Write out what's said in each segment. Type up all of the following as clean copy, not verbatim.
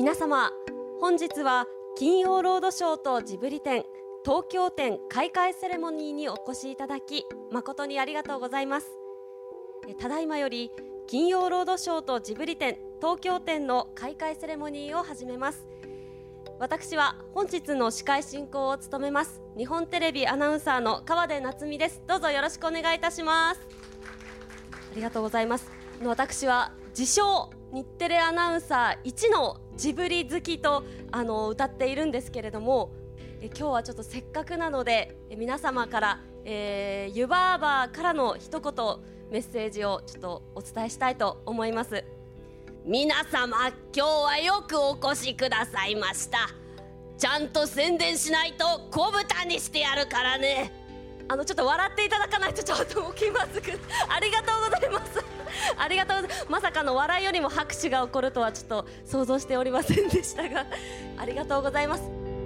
皆様、本日は金曜ロードショーとジブリ展東京展開会セレモニーにお越しいただき誠にありがとうございます。ただいまより金曜ロードショーとジブリ展東京展の開会セレモニーを始めます。私は本日の司会進行を務めます日本テレビアナウンサーの川出夏美です。どうぞよろしくお願いいたします。ありがとうございます。私は自称日テレアナウンサー一のジブリ好きと歌っているんですけれども、今日はちょっとせっかくなので皆様から、湯婆婆からの一言メッセージをちょっとお伝えしたいと思います。皆様、今日はよくお越しくださいました。ちゃんと宣伝しないと小豚にしてやるからね。ちょっと笑っていただかないとちょっとお気まずくありがとうございますありがとうございます。まさかの笑いよりも拍手が起こるとはちょっと想像しておりませんでしたがありがとうございます。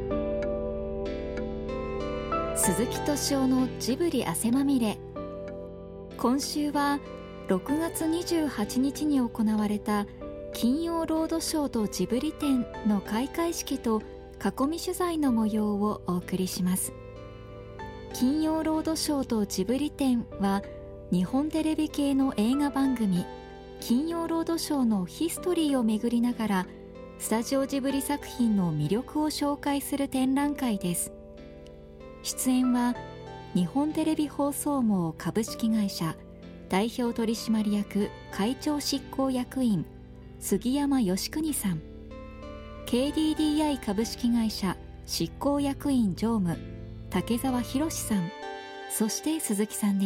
鈴木敏夫のジブリ汗まみれ。今週は6月28日に行われた金曜ロードショーとジブリ展の開会式と囲み取材の模様をお送りします。金曜ロードショーとジブリ展は日本テレビ系の映画番組金曜ロードショーのヒストリーを巡りながらスタジオジブリ作品の魅力を紹介する展覧会です。出演は日本テレビ放送網株式会社代表取締役会長執行役員杉山義邦さん、 KDDI 株式会社執行役員常務竹澤博さん、そして鈴木さんです。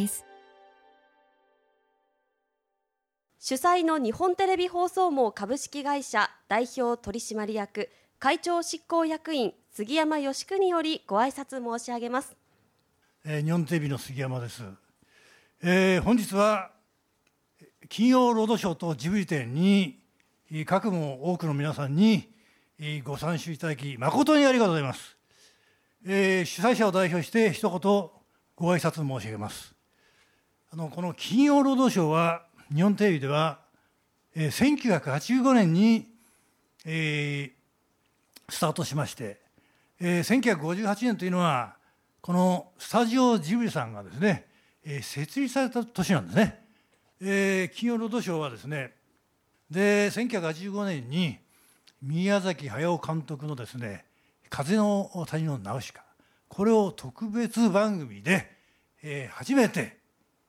主催の日本テレビ放送網株式会社代表取締役会長執行役員杉山義邦よりご挨拶申し上げます。 日本テレビの杉山です。本日は金曜ロードショーとジブリ展にかくも多くの皆さんにご参集いただき誠にありがとうございます。主催者を代表して一言ご挨拶申し上げます。この金曜ロードショーは日本テレビでは1985年にスタートしまして、1958年というのはこのスタジオジブリさんがですね、設立された年なんですね。金曜ロードショーはですね、で1985年に宮崎駿監督のですね風の谷のナウシカ、これを特別番組で、初めて、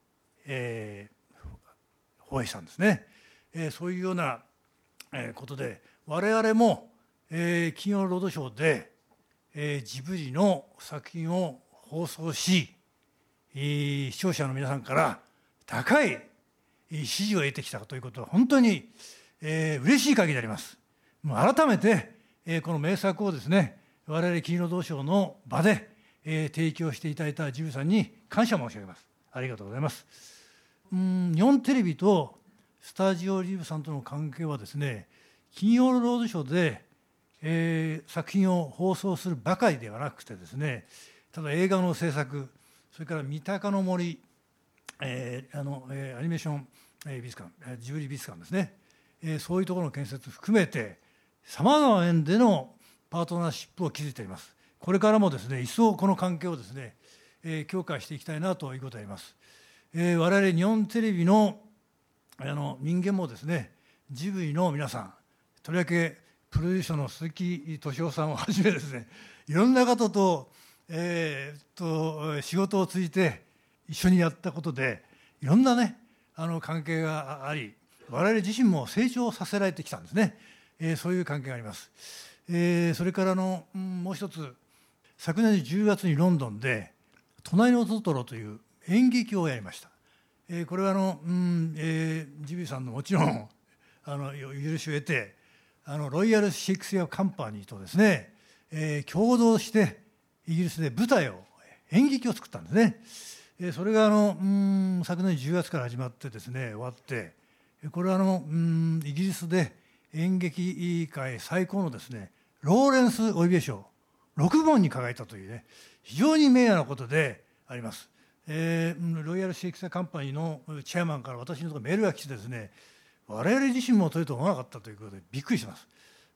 放映したんですね。そういうような、ことで我々も、金曜ロードショーで、ジブリの作品を放送し、視聴者の皆さんから高い支持を得てきたということは本当に、嬉しい限りであります。もう改めて、この名作をですね我々金曜ロードショーの場で、提供していただいたジブリさんに感謝申し上げます。ありがとうございます。日本テレビとスタジオジブリさんとの関係はですね、金曜ロードショーで、作品を放送するばかりではなくてですね、ただ映画の制作、それから三鷹の森、アニメーション、美術館、ジブリ美術館ですね、そういうところの建設含めてさまざまな面でのパートナーシップを築いています。これからもですね一層この関係をですね、強化していきたいなということであります。我々日本テレビの人間もですね、ジブリの皆さん、とりわけプロデューサーの鈴木敏夫さんをはじめですね、いろんな方と、仕事を通じて一緒にやったことでいろんなね関係があり、我々自身も成長させられてきたんですね。そういう関係があります。それからもう一つ、昨年10月にロンドンで隣のトトロという演劇をやりました。これはジブリさんのもちろん許しを得てロイヤル・シェイクスピア・カンパニーとですね、共同してイギリスで舞台を演劇を作ったんですね。それが昨年10月から始まってですね終わって、これはイギリスで演劇界最高のですねローレンス・オリビエ賞6部門に輝いたというね非常に名誉なことであります。ロイヤル・シェイクスピア・カンパニーのチェアマンから私のところメールが来てですね、我々自身も取ると思わなかったということでびっくりします。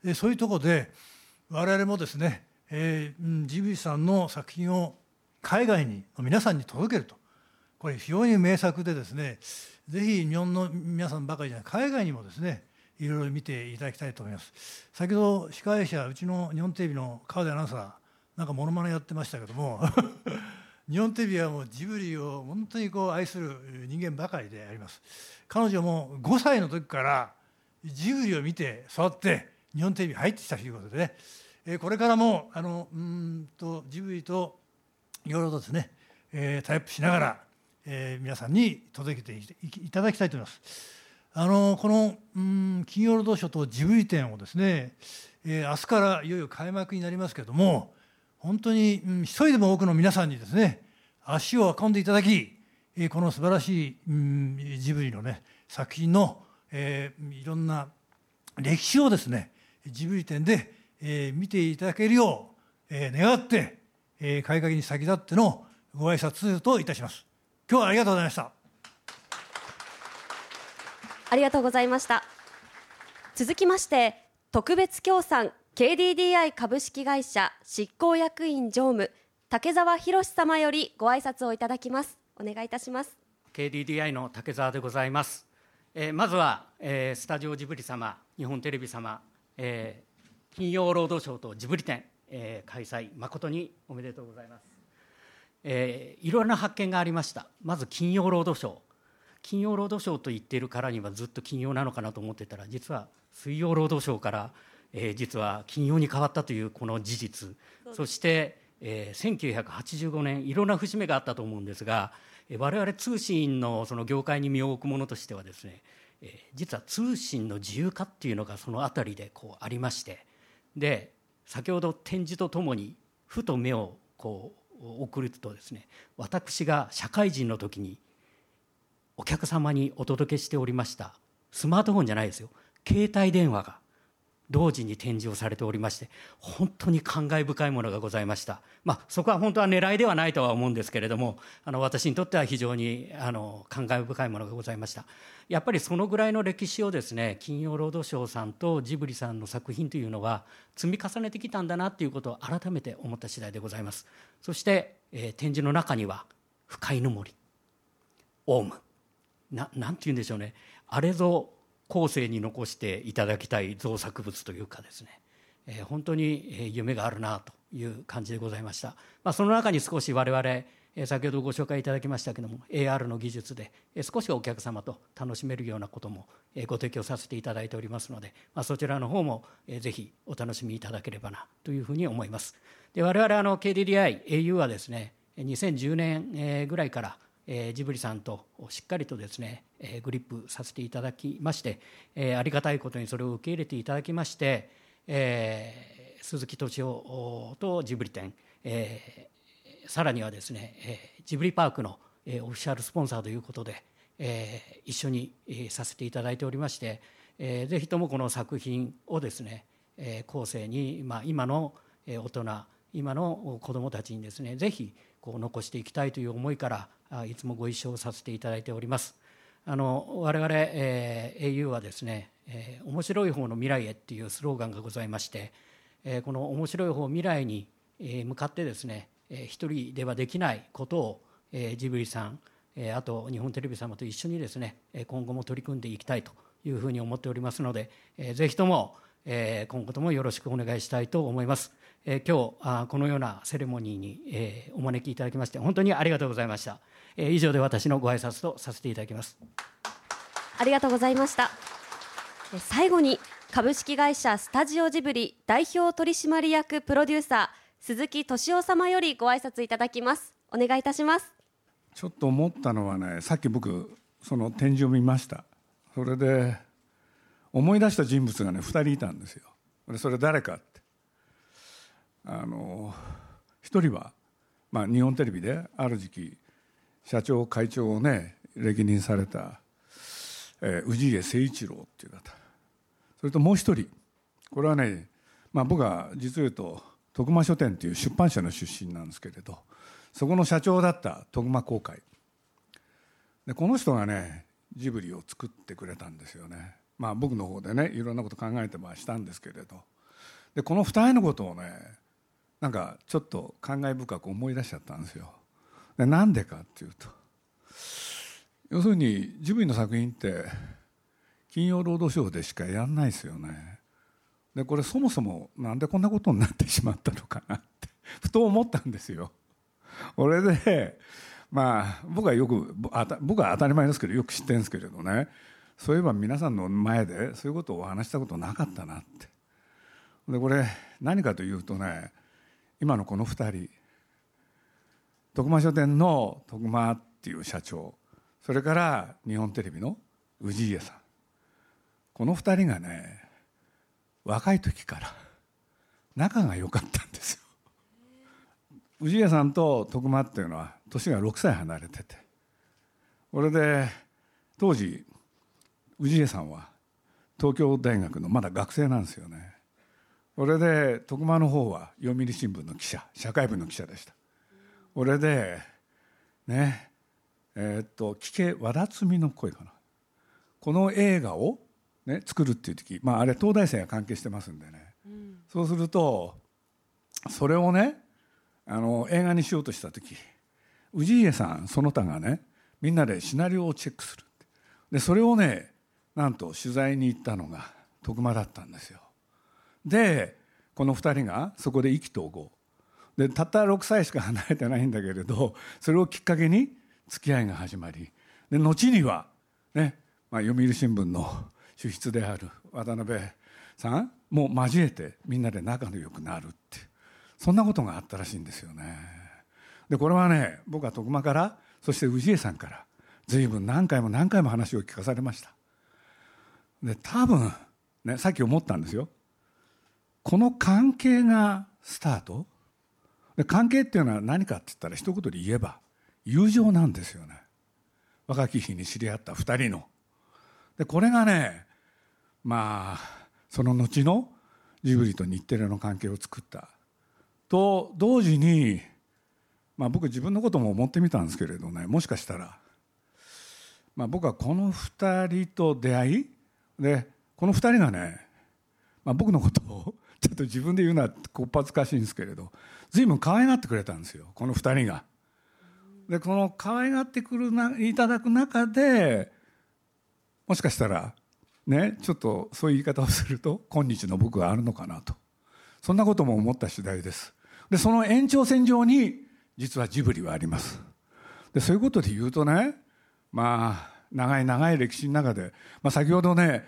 そういうところで我々もですね、ジブリさんの作品を海外に皆さんに届けると、これ非常に名作でですね、ぜひ日本の皆さんばかりじゃない海外にもですねいろいろ見ていただきたいと思います。先ほど司会者、うちの日本テレビの川出アナウンサーなんかモノマネやってましたけども日本テレビはもうジブリを本当に愛する人間ばかりであります。彼女も5歳の時からジブリを見て育って日本テレビに入ってきたということでね、これからもジブリといろいろとですね、タイアップしながら、皆さんに届けていただきたいと思います。この金曜ロードショーとジブリ展をですね、明日からいよいよ開幕になりますけれども、本当に一人でも多くの皆さんにですね足を運んでいただき、この素晴らしいジブリのね作品の、いろんな歴史をですねジブリ展で、見ていただけるよう、願って、開会に先立ってのご挨拶といたします。今日はありがとうございました。 ありがとうございました。続きまして特別協賛 KDDI 株式会社執行役員常務竹澤博様よりご挨拶をいただきます。お願いいたします。 KDDI の竹澤でございます。まずは、スタジオジブリ様、日本テレビ様、金曜ロードショーとジブリ展、開催誠におめでとうございます。いろいろな発見がありました。まず金曜ロードショー、金曜ロードショーと言っているからにはずっと金曜なのかなと思ってたら、実は水曜ロードショーから、実は金曜に変わったというこの事実、そして、1985年いろんな節目があったと思うんですが、我々通信のその業界に身を置くものとしてはですね、実は通信の自由化っていうのがそのあたりでありまして、で先ほど展示とともにふと目を送るとですね、私が社会人の時にお客様にお届けしておりましたスマートフォンじゃないですよ、携帯電話が同時に展示をされておりまして、本当に感慨深いものがございました。そこは本当は狙いではないとは思うんですけれども、私にとっては非常に感慨深いものがございました。やっぱりそのぐらいの歴史をですね、金曜ロードショーさんとジブリさんの作品というのは積み重ねてきたんだなということを改めて思った次第でございます。そして、展示の中には深犬森、オウム、なんていうんでしょうね、あれぞ後世に残していただきたい造作物というかですね、本当に夢があるなという感じでございました。その中に少し我々、先ほどご紹介いただきましたけども AR の技術で少しお客様と楽しめるようなこともご提供させていただいておりますので、そちらの方もぜひお楽しみいただければなというふうに思います。で我々KDDI au はですね、2010年ぐらいからジブリさんとしっかりとですねグリップさせていただきまして、ありがたいことにそれを受け入れていただきまして、鈴木敏夫とジブリ展、さらにはですねジブリパークのオフィシャルスポンサーということで、一緒にさせていただいておりまして、ぜひともこの作品をですね後世に、今の大人、今の子どもたちにですねぜひ残していきたいという思いからいつもご一緒させていただいております。我々、au はですね、面白い方の未来へっていうスローガンがございまして、この面白い方未来に向かってですね、一人ではできないことをジブリさん、あと日本テレビ様と一緒にですね今後も取り組んでいきたいというふうに思っておりますので、ぜひとも今後ともよろしくお願いしたいと思います。今日このようなセレモニーにお招きいただきまして本当にありがとうございました。以上で私のご挨拶とさせていただきます。 ありがとうございました。最後に株式会社スタジオジブリ代表取締役プロデューサー鈴木敏夫様よりご挨拶いただきます。お願いいたします。 ちょっと思ったのはね、さっき僕その展示を見ました。それで思い出した人物がね2人いたんですよ。それ誰かって、一人は、日本テレビである時期社長会長をね歴任された、氏家誠一郎っていう方、それともう一人、これはね、僕は実を言うと徳間書店っていう出版社の出身なんですけれど、そこの社長だった徳間公会で、この人がねジブリを作ってくれたんですよね。僕の方でねいろんなこと考えてしたんですけれど、 でこの2人のことをねなんかちょっと感慨深く思い出しちゃったんですよ。でなんでかっていうと、要するにジブリの作品って金曜ロードショーでしかやんないですよね。でこれそもそもなんでこんなことになってしまったのかなってふと思ったんですよ。これでまあ僕は当たり前ですけどよく知ってるんですけれどね、そういえば皆さんの前でそういうことをお話したことなかったなって。でこれ何かというとね、今のこの2人、徳間書店の徳間っていう社長、それから日本テレビの氏家さん、この2人がね若い時から仲が良かったんですよ。氏家さんと徳間っていうのは年が6歳離れてて、これで当時氏家さんは東京大学のまだ学生なんですよね。これで徳間の方は読売新聞の記者、社会部の記者でした。これでね聞け和田摘の声かな、この映画を、ね、作るっていう時、あれ東大生が関係してますんでね、そうするとそれをね映画にしようとした時、氏家さんその他がねみんなでシナリオをチェックする。でそれをねなんと取材に行ったのが徳間だったんですよ。でこの2人がそこで意気投合で、たった6歳しか離れてないんだけれど、それをきっかけに付き合いが始まり、で後にはね、読売新聞の主筆である渡辺さんも交えてみんなで仲良くなるっていう、そんなことがあったらしいんですよね。でこれはね僕は徳間からそして氏家さんから随分何回も話を聞かされました。で多分ね、さっき思ったんですよ。この関係がスタートで、関係っていうのは何かって言ったら一言で言えば友情なんですよね。若き日に知り合った2人の。でこれがねその後のジブリと日テレの関係を作ったと同時に、僕自分のことも思ってみたんですけれどね、もしかしたら、僕はこの2人と出会いで、この2人がね、僕のことをちょっと自分で言うのはこっぱずかしいんですけれど、随分可愛がってくれたんですよ、この2人が。でこの可愛がっていただく中で、もしかしたらね、ちょっとそういう言い方をすると今日の僕があるのかなと、そんなことも思った次第です。でその延長線上に実はジブリはあります。でそういうことで言うとね、長い歴史の中で、先ほどね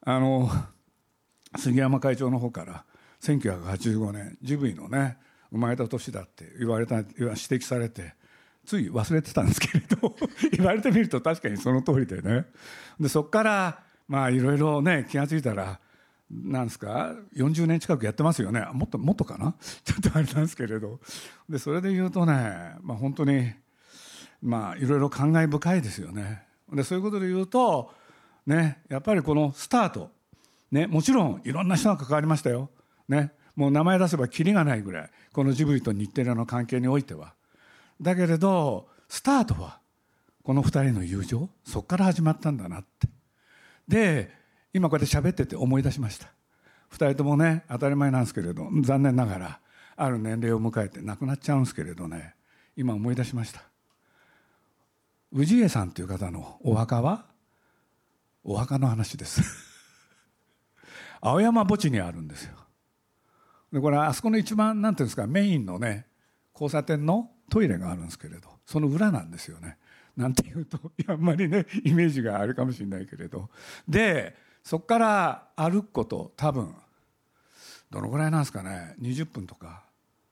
杉山会長の方から1985年ジブリのね生まれた年だって指摘されて、つい忘れてたんですけれど言われてみると確かにその通りでね。でそこからいろいろね気がついたらなんですか40年近くやってますよね。もっとかなちょっとあれなんですけれど、でそれで言うとね、本当にいろいろ感慨深いですよね。でそういうことで言うとね、やっぱりこのスタートね、もちろんいろんな人が関わりましたよ、ね、もう名前出せばキリがないぐらいこのジブリと日テレの関係においては。だけれどスタートはこの2人の友情、そこから始まったんだなって。で今こうやって喋ってて思い出しました。2人ともね当たり前なんですけれど、残念ながらある年齢を迎えて亡くなっちゃうんですけれどね、今思い出しました。氏家さんという方のお墓はお墓の話です青山墓地にあるんですよ。でこれあそこの一番なんていうんですか、メインのね交差点のトイレがあるんですけれど、その裏なんですよね。なんていうとあんまりねイメージがあるかもしれないけれど、でそこから歩くこと多分どのぐらいなんですかね、20分とか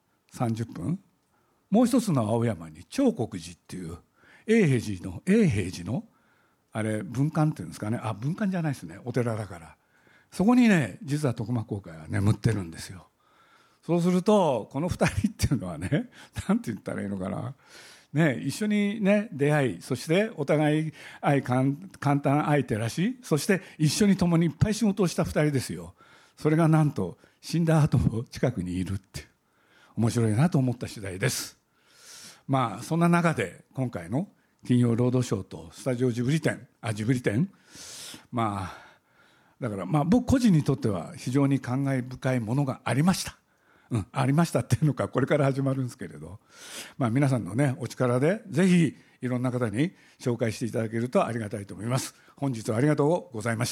30分。もう一つの青山に長谷寺っていう永平寺のあれ文館っていうんですかね、文館じゃないですね、お寺だから、そこにね実は徳間公開は眠ってるんですよ。そうするとこの2人っていうのはね、なんて言ったらいいのかな、一緒にね出会い、そしてお互い簡単相手らしい、そして一緒に共にいっぱい仕事をした2人ですよ。それがなんと死んだ後も近くにいるっていう、面白いなと思った次第です。そんな中で今回の金曜ロードショーとスタジオジブリ展だから僕個人にとっては非常に感慨深いものがありました。ありましたっていうのかこれから始まるんですけれど、皆さんのねお力でぜひいろんな方に紹介していただけるとありがたいと思います。本日はありがとうございました。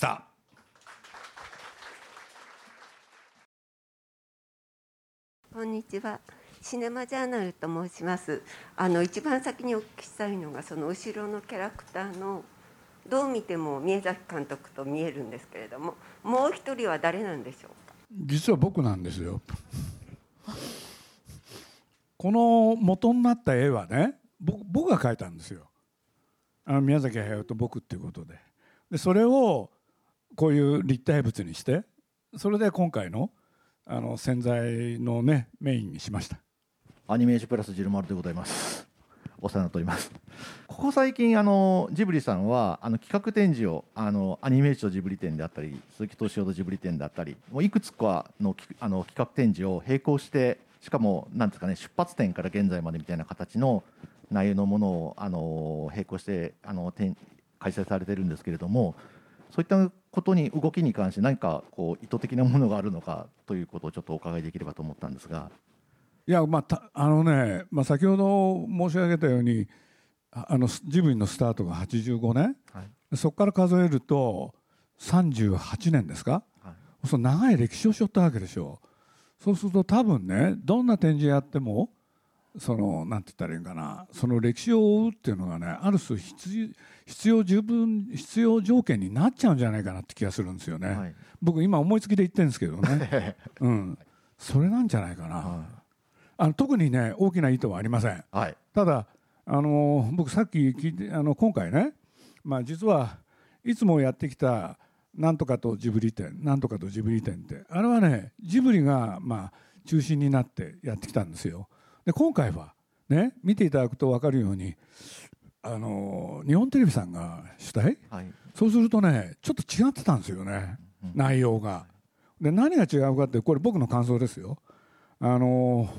こんにちは。シネマジャーナルと申します。一番先にお聞きしたいのがその後ろのキャラクターのどう見ても宮崎監督と見えるんですけれども、もう一人は誰なんでしょうか。 実は僕なんですよ。この元になった絵はね、僕が描いたんですよ。宮崎駿と僕っていうことで、それをこういう立体物にして、それで今回の宣材のねメインにしました。 アニメージュプラスジルマルでございます。お世話になっております。ここ最近ジブリさんは企画展示をアニメージュとジブリ展であったり、鈴木敏夫とジブリ展であったり、もういくつかの企画展示を並行して、しかもなんですかね、出発点から現在までみたいな形の内容のものを並行して開催されているんですけれども、そういったことに動きに関して何かこう意図的なものがあるのかということをちょっとお伺いできればと思ったんですが。 いや先ほど申し上げたようにジブリのスタートが85年、はい、そこから数えると38年ですか、はい、その長い歴史を背負ったわけでしょう。そうすると多分ね、どんな展示やってもなんて言ったらいいかな、その歴史を追うっていうのがね、ある種必要条件になっちゃうんじゃないかなって気がするんですよね、はい、僕今思いつきで言ってるんですけどね、それなんじゃないかな、特にね大きな意図はありません、はい、ただ僕さっき聞いて今回ね、実はいつもやってきたなんとかとジブリ展なんとかとジブリ展って、あれはねジブリが中心になってやってきたんですよ。で今回はね、見ていただくと分かるように日本テレビさんが主体、はい、そうするとねちょっと違ってたんですよね、内容が。で何が違うかって、これ僕の感想ですよ。今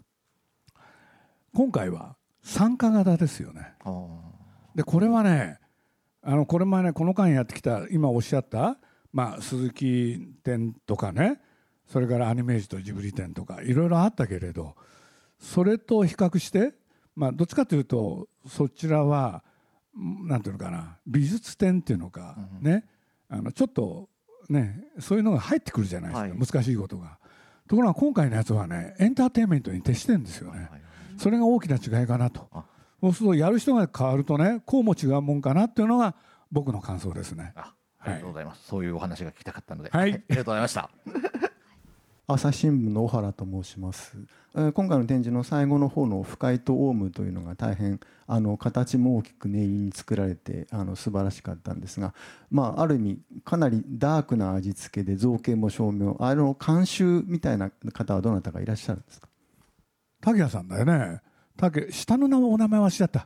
回は参加型ですよね。でこれはねこれまでこの間やってきた今おっしゃった、鈴木展とかね、それからアニメージュとジブリ展とかいろいろあったけれど、それと比較して、どっちかというとそちらはなんていうのかな、美術展っていうのか、ね、ちょっとねそういうのが入ってくるじゃないですか、はい、難しいことが。ところが今回のやつはねエンターテインメントに徹してるんですよね、それが大きな違いかなと。そうするとやる人が変わるとね、こうも違うもんかなっていうのが僕の感想ですね。 ありがとうございます、そういうお話が聞きたかったので、はい、ありがとうございました朝日新聞の小原と申します。今回の展示の最後の方の不快とオウムというのが大変形も大きく念入りに作られて素晴らしかったんですが、ある意味かなりダークな味付けで造形も照明、監修みたいな方はどなたかいらっしゃるんですか。 竹谷さんだよね。下のお名前はしちゃった。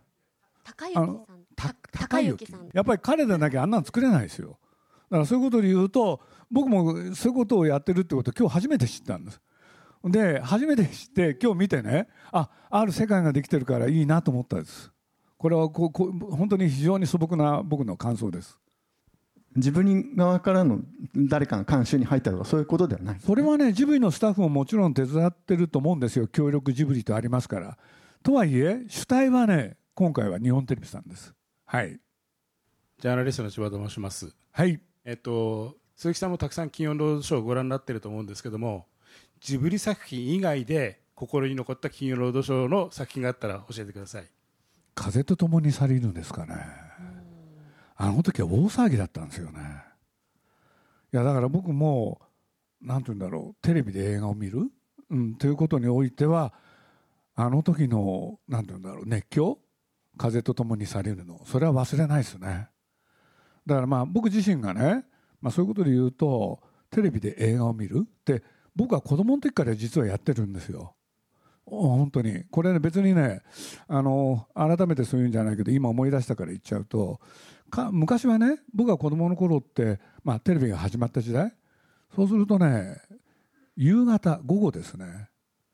高之さん。 やっぱり彼でなきゃあんなの作れないですよ。だからそういうことで言うと、僕もそういうことをやってるってことを今日初めて知ったんです。で初めて知って今日見てね、ある世界ができてるからいいなと思ったんです。これは本当に非常に素朴な僕の感想です。 自分側からの誰かが監修に入ったとかそういうことではない。 それはねジブリのスタッフももちろん手伝ってると思うんですよ。協力ジブリとありますから。とはいえ主体はね今回は日本テレビさんです。はい。 ジャーナリストの千葉と申します。 はい。 鈴木さんもたくさん金曜ロードショーをご覧になっていると思うんですけども、ジブリ作品以外で心に残った金曜ロードショーの作品があったら教えてください。 風と共に去りぬですかね。あの時は大騒ぎだったんですよね。いやだから僕もなんていうんだろう、テレビで映画を見る、ということにおいてはあの時のなんていうんだろう熱狂、風と共に去りぬの、それは忘れないですね。だから僕自身がね、そういうことで言うとテレビで映画を見るって僕は子供の時から実はやってるんですよ。本当にこれね別にね改めてそういうんじゃないけど今思い出したから言っちゃうと昔はね僕が子供の頃ってテレビが始まった時代、そうするとね夕方午後ですね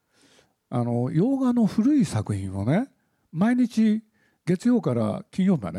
洋画の古い作品をね毎日月曜から金曜まで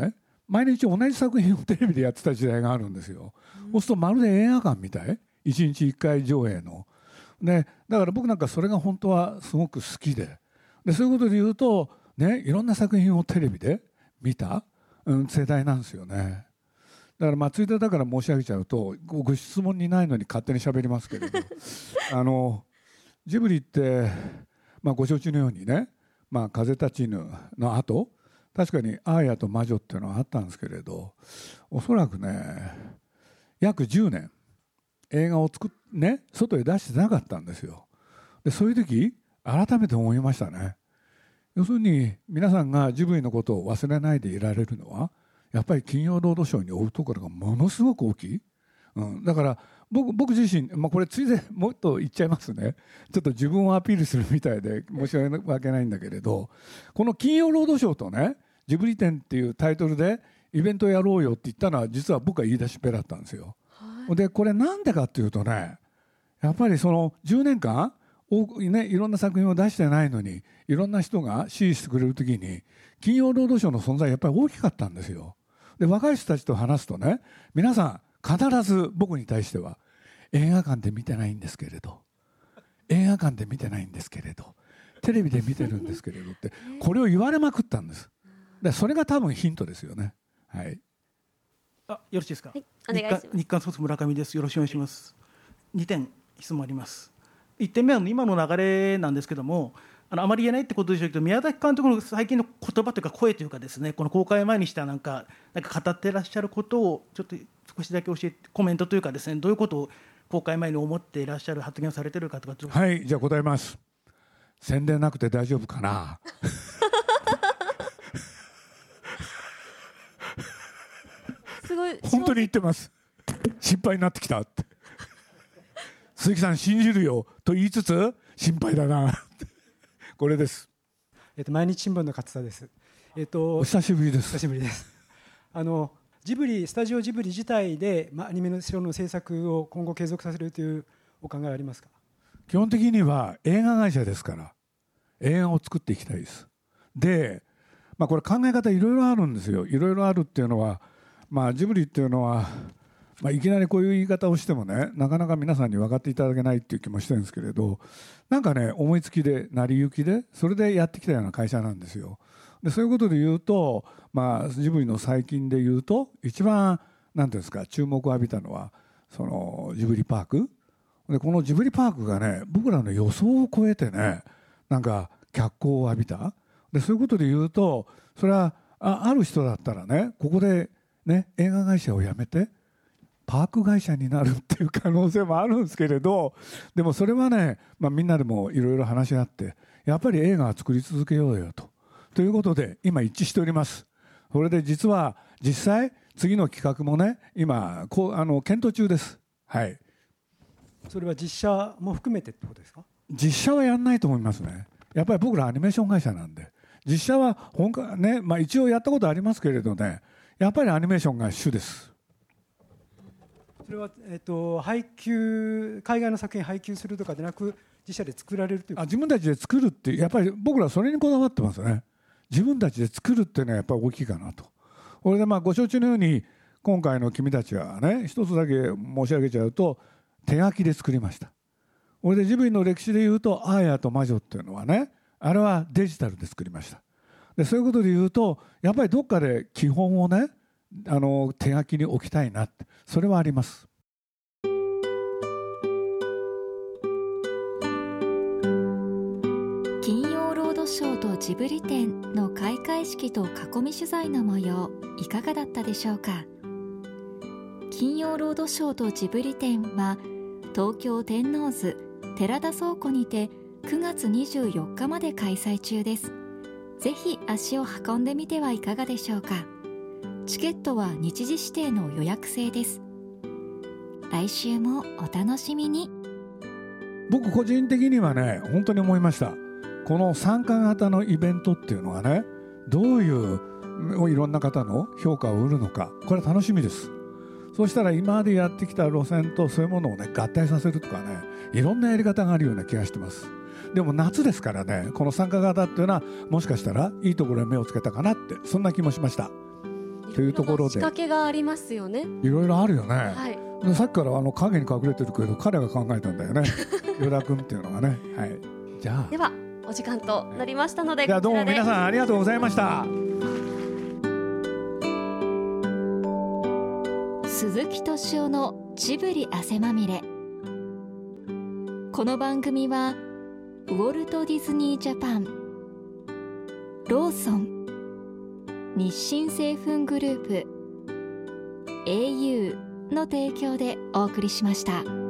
毎日同じ作品をテレビでやってた時代があるんですよ。そうするとまるで映画館みたい、1日1回上映の、ね、だから僕なんかそれが本当はすごく好きで、そういうことで言うと、ね、いろんな作品をテレビで見た、世代なんですよね。だからついでだから申し上げちゃうと、ご質問にないのに勝手に喋りますけれどジブリって、ご承知のようにね、風立ちぬの後、確かにアーヤと魔女っていうのはあったんですけれど、おそらくね約10年映画を外へ出してなかったんですよ。でそういう時改めて思いましたね。要するに皆さんがジブリのことを忘れないでいられるのはやっぱり金曜ロードショーに負うところがものすごく大きい、だから僕自身、これついでもっと言っちゃいますね。ちょっと自分をアピールするみたいで申し訳ないんだけれど、この金曜ロードショーとねジブリ展っていうタイトルでイベントやろうよって言ったのは実は僕が言い出しっぺだったんですよ。でこれなんでかっていうとね、やっぱりその10年間いろんな作品を出してないのにいろんな人が支持してくれるときに金曜ロードショーの存在やっぱり大きかったんですよ。で若い人たちと話すとね、皆さん必ず僕に対しては映画館で見てないんですけれど、映画館で見てないんですけれど、テレビで見てるんですけれどってこれを言われまくったんです。でそれが多分ヒントですよね。はい。 よろしいですか。 はい、お願いします。 日刊スポーツ村上です。よろしくお願いします。2点質問あります。1点目は今の流れなんですけども、あまり言えないってことでしょうけど、宮崎監督の最近の言葉というか声というかですね、この公開前にしたなんか語ってらっしゃることをちょっと少しだけ教えて、コメントというかですね、どういうことを公開前に思っていらっしゃる発言をされているかとか。 はい、じゃあ答えます。宣伝なくて大丈夫かなすごい本当に言ってます。心配になってきたって鈴木さん信じるよと言いつつ心配だなこれです。 毎日新聞の勝田です。 お久しぶりです。 久しぶりです。ジブリ、スタジオジブリ自体で、アニメーションの制作を今後継続させるというお考えはありますか。 基本的には映画会社ですから映画を作っていきたいです。で、これ考え方いろいろあるんですよ。いろいろあるっていうのは、ジブリっていうのは、いきなりこういう言い方をしてもね、なかなか皆さんに分かっていただけないっていう気もしてるんですけれど、なんかね、思いつきで成り行きでそれでやってきたような会社なんですよ。でそういうことで言うと、ジブリの最近で言うと一番なんていうんですか、注目を浴びたのはそのジブリパークで、このジブリパークがね、僕らの予想を超えてね、なんか脚光を浴びた。でそういうことで言うと、それは ある人だったらね、ここでね、映画会社を辞めてパーク会社になるっていう可能性もあるんですけれど、でもそれはね、みんなでもいろいろ話し合って、やっぱり映画を作り続けようよということで今一致しております。それで実際次の企画もね、今検討中です。はい。 それは実写も含めてってことですか。 実写はやんないと思いますね。やっぱり僕らアニメーション会社なんで、実写はね、一応やったことありますけれどね、やっぱりアニメーションが主です。 それは、配給、海外の作品配給するとかでなく自社で作られるというか。 自分たちで作るっていう、やっぱり僕らはそれにこだわってますね。自分たちで作るっていうのはやっぱり大きいかなと。これでご承知のように今回の君たちはね、一つだけ申し上げちゃうと手書きで作りました。これでジブリの歴史でいうとアーヤと魔女っていうのはね、あれはデジタルで作りました。でそういうことでいうとやっぱりどっかで基本をね、手書きに置きたいなって、それはあります。 金曜ロードショーとジブリ展の開会式と囲み取材の模様、いかがだったでしょうか。金曜ロードショーとジブリ展は東京天王洲寺田倉庫にて9月24日まで開催中です。ぜひ足を運んでみてはいかがでしょうか。チケットは日時指定の予約制です。来週もお楽しみに。 僕個人的にはね、本当に思いました。この参加型のイベントっていうのはね、どういういろんな方の評価を売るのか、これは楽しみです。そうしたら今までやってきた路線とそういうものをね、合体させるとかね、いろんなやり方があるような気がしてます。でも夏ですからね、この参加型っていうのはもしかしたらいいところに目をつけたかなって、そんな気もしました。 というところで仕掛けがありますよね。 いろいろあるよね、 はい、 さっきから影に隠れてるけど彼が考えたんだよね与田君っていうのがね、はい、じゃあではお時間となりましたので、 じゃあどうも皆さんありがとうございました。 鈴木敏夫のジブリ汗まみれ。この番組はウォルト・ディズニー・ジャパン、ローソン、日清製粉グループ、au の提供でお送りしました。